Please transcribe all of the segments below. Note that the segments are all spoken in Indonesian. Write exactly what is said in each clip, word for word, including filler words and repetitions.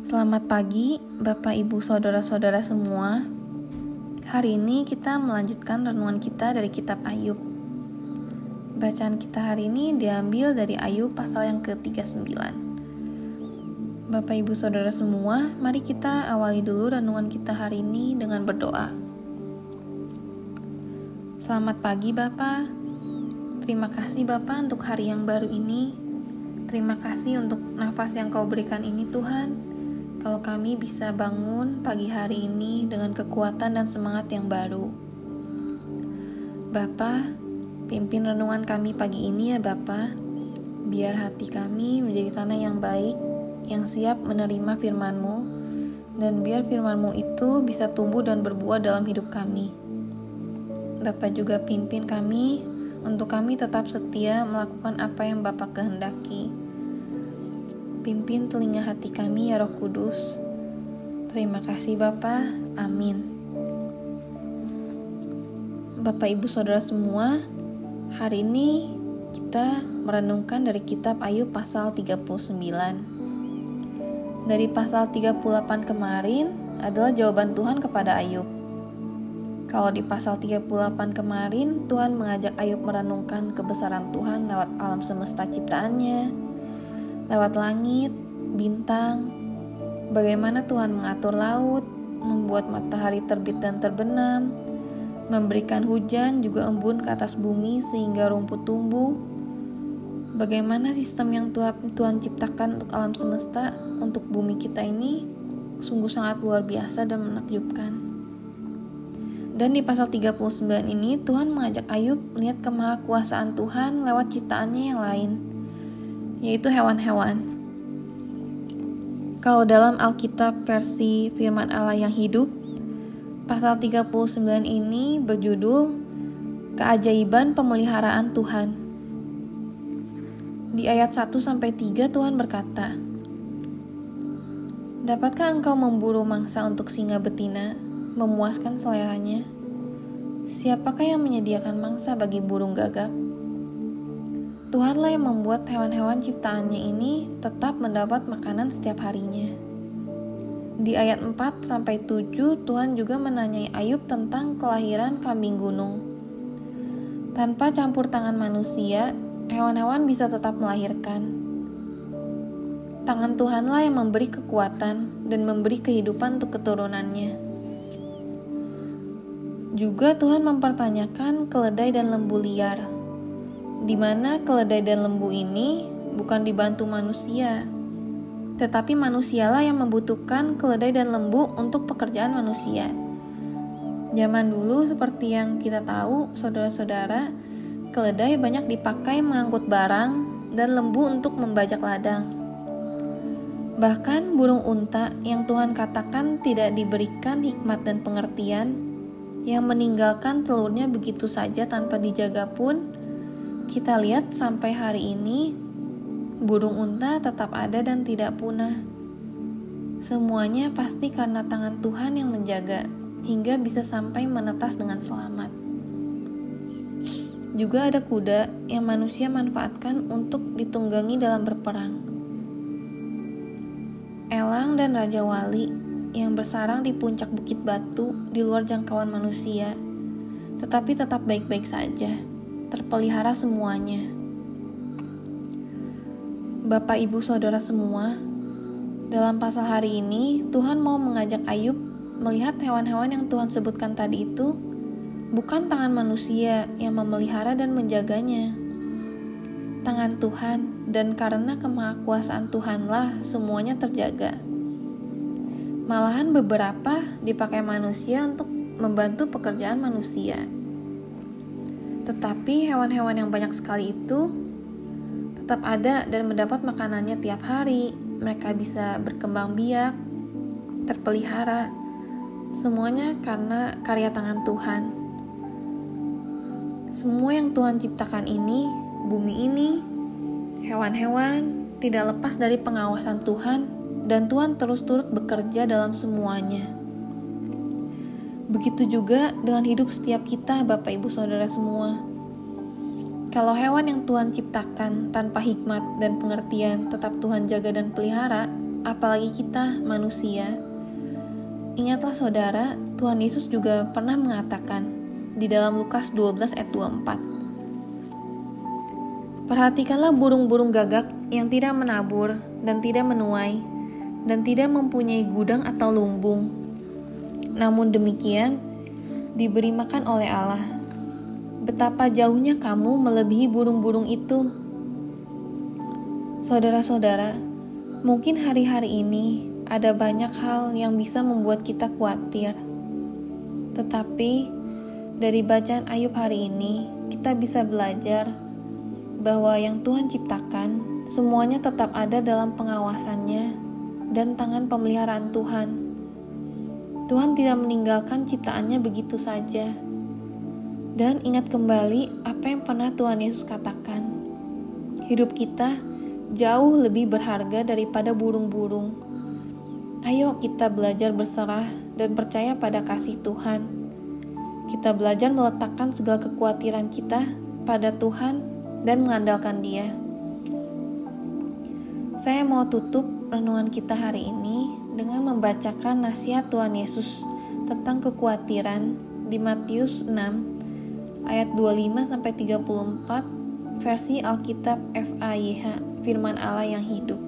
Selamat pagi, Bapak, Ibu, Saudara-saudara semua. Hari ini kita melanjutkan renungan kita dari kitab Ayub. Bacaan kita hari ini diambil dari Ayub pasal yang ke tiga puluh sembilan. Bapak, Ibu, Saudara semua, mari kita awali dulu renungan kita hari ini dengan berdoa. Selamat pagi, Bapak. Terima kasih, Bapak, untuk hari yang baru ini. Terima kasih untuk nafas yang Kau berikan ini, Tuhan. Kalau kami bisa bangun pagi hari ini dengan kekuatan dan semangat yang baru. Bapa, pimpin renungan kami pagi ini ya Bapa. Biar hati kami menjadi tanah yang baik, yang siap menerima firman-Mu, dan biar firman-Mu itu bisa tumbuh dan berbuah dalam hidup kami. Bapa juga pimpin kami untuk kami tetap setia melakukan apa yang Bapa kehendaki. Pimpin telinga hati kami ya Roh Kudus. Terima kasih Bapa. Amin. Bapak, Ibu, Saudara semua, hari ini kita merenungkan dari kitab Ayub pasal tiga puluh sembilan. Dari pasal tiga puluh delapan kemarin adalah jawaban Tuhan kepada Ayub. Kalau di pasal tiga puluh delapan kemarin, Tuhan mengajak Ayub merenungkan kebesaran Tuhan lewat alam semesta ciptaannya, lewat langit, bintang, bagaimana Tuhan mengatur laut, membuat matahari terbit dan terbenam, memberikan hujan juga embun ke atas bumi sehingga rumput tumbuh, bagaimana sistem yang Tuhan, Tuhan ciptakan untuk alam semesta, untuk bumi kita ini sungguh sangat luar biasa dan menakjubkan. Dan di pasal tiga puluh sembilan ini Tuhan mengajak Ayub melihat kemahakuasaan Tuhan lewat ciptaannya yang lain, yaitu hewan-hewan. Kalau dalam Alkitab versi Firman Allah yang hidup, pasal tiga puluh sembilan ini berjudul Keajaiban Pemeliharaan Tuhan. Di ayat satu sampai tiga Tuhan berkata, "Dapatkah engkau memburu mangsa untuk singa betina, memuaskan seleranya? Siapakah yang menyediakan mangsa bagi burung gagak? Tuhanlah yang membuat hewan-hewan ciptaannya ini tetap mendapat makanan setiap harinya." Di ayat empat sampai tujuh Tuhan juga menanyai Ayub tentang kelahiran kambing gunung. Tanpa campur tangan manusia, hewan-hewan bisa tetap melahirkan. Tangan Tuhanlah yang memberi kekuatan dan memberi kehidupan untuk keturunannya. Juga Tuhan mempertanyakan keledai dan lembu liar, di mana keledai dan lembu ini bukan dibantu manusia, tetapi manusialah yang membutuhkan keledai dan lembu untuk pekerjaan manusia. Zaman dulu seperti yang kita tahu, saudara-saudara, keledai banyak dipakai mengangkut barang dan lembu untuk membajak ladang. Bahkan burung unta yang Tuhan katakan tidak diberikan hikmat dan pengertian, yang meninggalkan telurnya begitu saja tanpa dijaga pun, kita lihat sampai hari ini, burung unta tetap ada dan tidak punah. Semuanya pasti karena tangan Tuhan yang menjaga, hingga bisa sampai menetas dengan selamat. Juga ada kuda yang manusia manfaatkan untuk ditunggangi dalam berperang. Elang dan Raja Wali yang bersarang di puncak bukit batu di luar jangkauan manusia, tetapi tetap baik-baik saja, terpelihara semuanya. Bapak, Ibu, Saudara semua, dalam pasal hari ini Tuhan mau mengajak Ayub melihat hewan-hewan yang Tuhan sebutkan tadi itu bukan tangan manusia yang memelihara dan menjaganya. Tangan Tuhan, dan karena kemahakuasaan Tuhanlah semuanya terjaga. Malahan beberapa dipakai manusia untuk membantu pekerjaan manusia. Tetapi hewan-hewan yang banyak sekali itu tetap ada dan mendapat makanannya tiap hari. Mereka bisa berkembang biak, terpelihara. Semuanya karena karya tangan Tuhan. Semua yang Tuhan ciptakan ini, bumi ini, hewan-hewan, tidak lepas dari pengawasan Tuhan, dan Tuhan terus turut bekerja dalam semuanya. Begitu juga dengan hidup setiap kita, Bapak, Ibu, Saudara semua. Kalau hewan yang Tuhan ciptakan tanpa hikmat dan pengertian tetap Tuhan jaga dan pelihara, apalagi kita manusia. Ingatlah saudara, Tuhan Yesus juga pernah mengatakan di dalam Lukas dua belas ayat dua puluh empat. Perhatikanlah burung-burung gagak yang tidak menabur dan tidak menuai dan tidak mempunyai gudang atau lumbung. Namun demikian diberi makan oleh Allah. Betapa jauhnya kamu melebihi burung-burung itu. Saudara-saudara, mungkin hari-hari ini ada banyak hal yang bisa membuat kita khawatir. Tetapi dari bacaan Ayub hari ini, kita bisa belajar bahwa yang Tuhan ciptakan semuanya tetap ada dalam pengawasannya dan tangan pemeliharaan Tuhan. Tuhan tidak meninggalkan ciptaannya begitu saja. Dan ingat kembali apa yang pernah Tuhan Yesus katakan. Hidup kita jauh lebih berharga daripada burung-burung. Ayo kita belajar berserah dan percaya pada kasih Tuhan. Kita belajar meletakkan segala kekhawatiran kita pada Tuhan dan mengandalkan Dia. Saya mau tutup renungan kita hari ini dengan membacakan nasihat Tuhan Yesus tentang kekhawatiran di Matius enam ayat dua puluh lima sampai tiga puluh empat versi Alkitab F A Y H, Firman Allah yang hidup.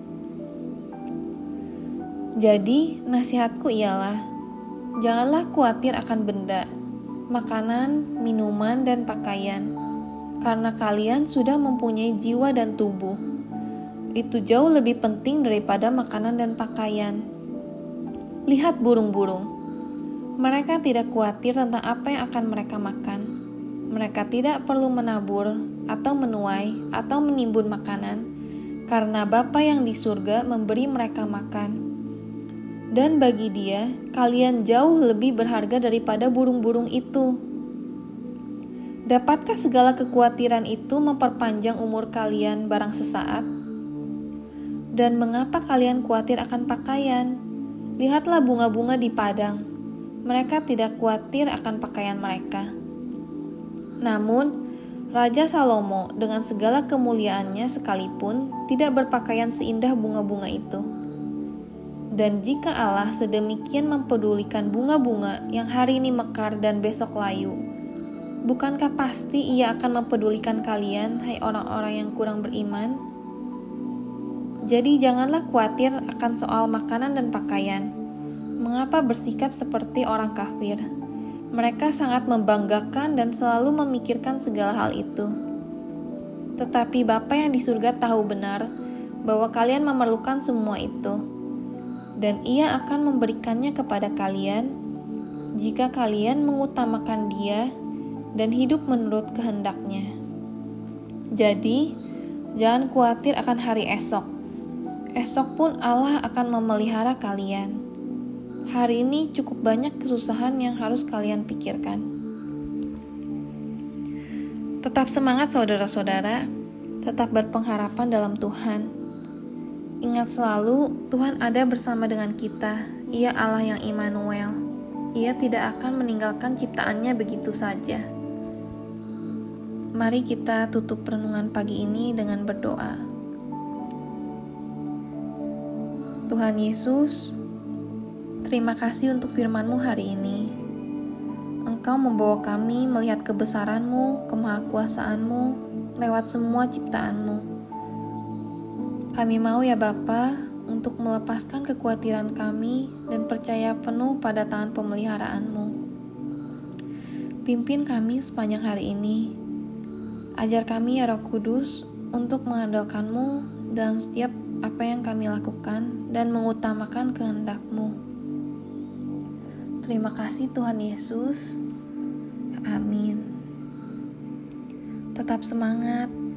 Jadi, nasihatku ialah, janganlah khawatir akan benda, makanan, minuman, dan pakaian, karena kalian sudah mempunyai jiwa dan tubuh. Itu jauh lebih penting daripada makanan dan pakaian. Lihat burung-burung. Mereka tidak khawatir tentang apa yang akan mereka makan. Mereka tidak perlu menabur, atau menuai, atau menimbun makanan, karena Bapa yang di surga memberi mereka makan. Dan bagi Dia, kalian jauh lebih berharga daripada burung-burung itu. Dapatkah segala kekhawatiran itu memperpanjang umur kalian barang sesaat? Dan mengapa kalian khawatir akan pakaian? Lihatlah bunga-bunga di padang. Mereka tidak khawatir akan pakaian mereka. Namun, Raja Salomo dengan segala kemuliaannya sekalipun tidak berpakaian seindah bunga-bunga itu. Dan jika Allah sedemikian mempedulikan bunga-bunga yang hari ini mekar dan besok layu, bukankah pasti Ia akan mempedulikan kalian, hai orang-orang yang kurang beriman? Jadi janganlah khawatir akan soal makanan dan pakaian. Mengapa bersikap seperti orang kafir? Mereka sangat membanggakan dan selalu memikirkan segala hal itu. Tetapi Bapa yang di surga tahu benar bahwa kalian memerlukan semua itu. Dan Ia akan memberikannya kepada kalian jika kalian mengutamakan Dia dan hidup menurut kehendak-Nya. Jadi, jangan khawatir akan hari esok. Esok pun Allah akan memelihara kalian. Hari ini cukup banyak kesusahan yang harus kalian pikirkan. Tetap semangat saudara-saudara, tetap berpengharapan dalam Tuhan. Ingat selalu, Tuhan ada bersama dengan kita. Ia Allah yang Immanuel. Ia tidak akan meninggalkan ciptaannya begitu saja. Mari kita tutup renungan pagi ini dengan berdoa. Tuhan Yesus, terima kasih untuk firman-Mu hari ini. Engkau membawa kami melihat kebesaran-Mu, kemahakuasaan-Mu, lewat semua ciptaan-Mu. Kami mau ya Bapa untuk melepaskan kekhawatiran kami dan percaya penuh pada tangan pemeliharaan-Mu. Pimpin kami sepanjang hari ini. Ajar kami ya Roh Kudus untuk mengandalkan-Mu dalam setiap apa yang kami lakukan dan mengutamakan kehendak-Mu. Terima kasih Tuhan Yesus. Amin. Tetap semangat.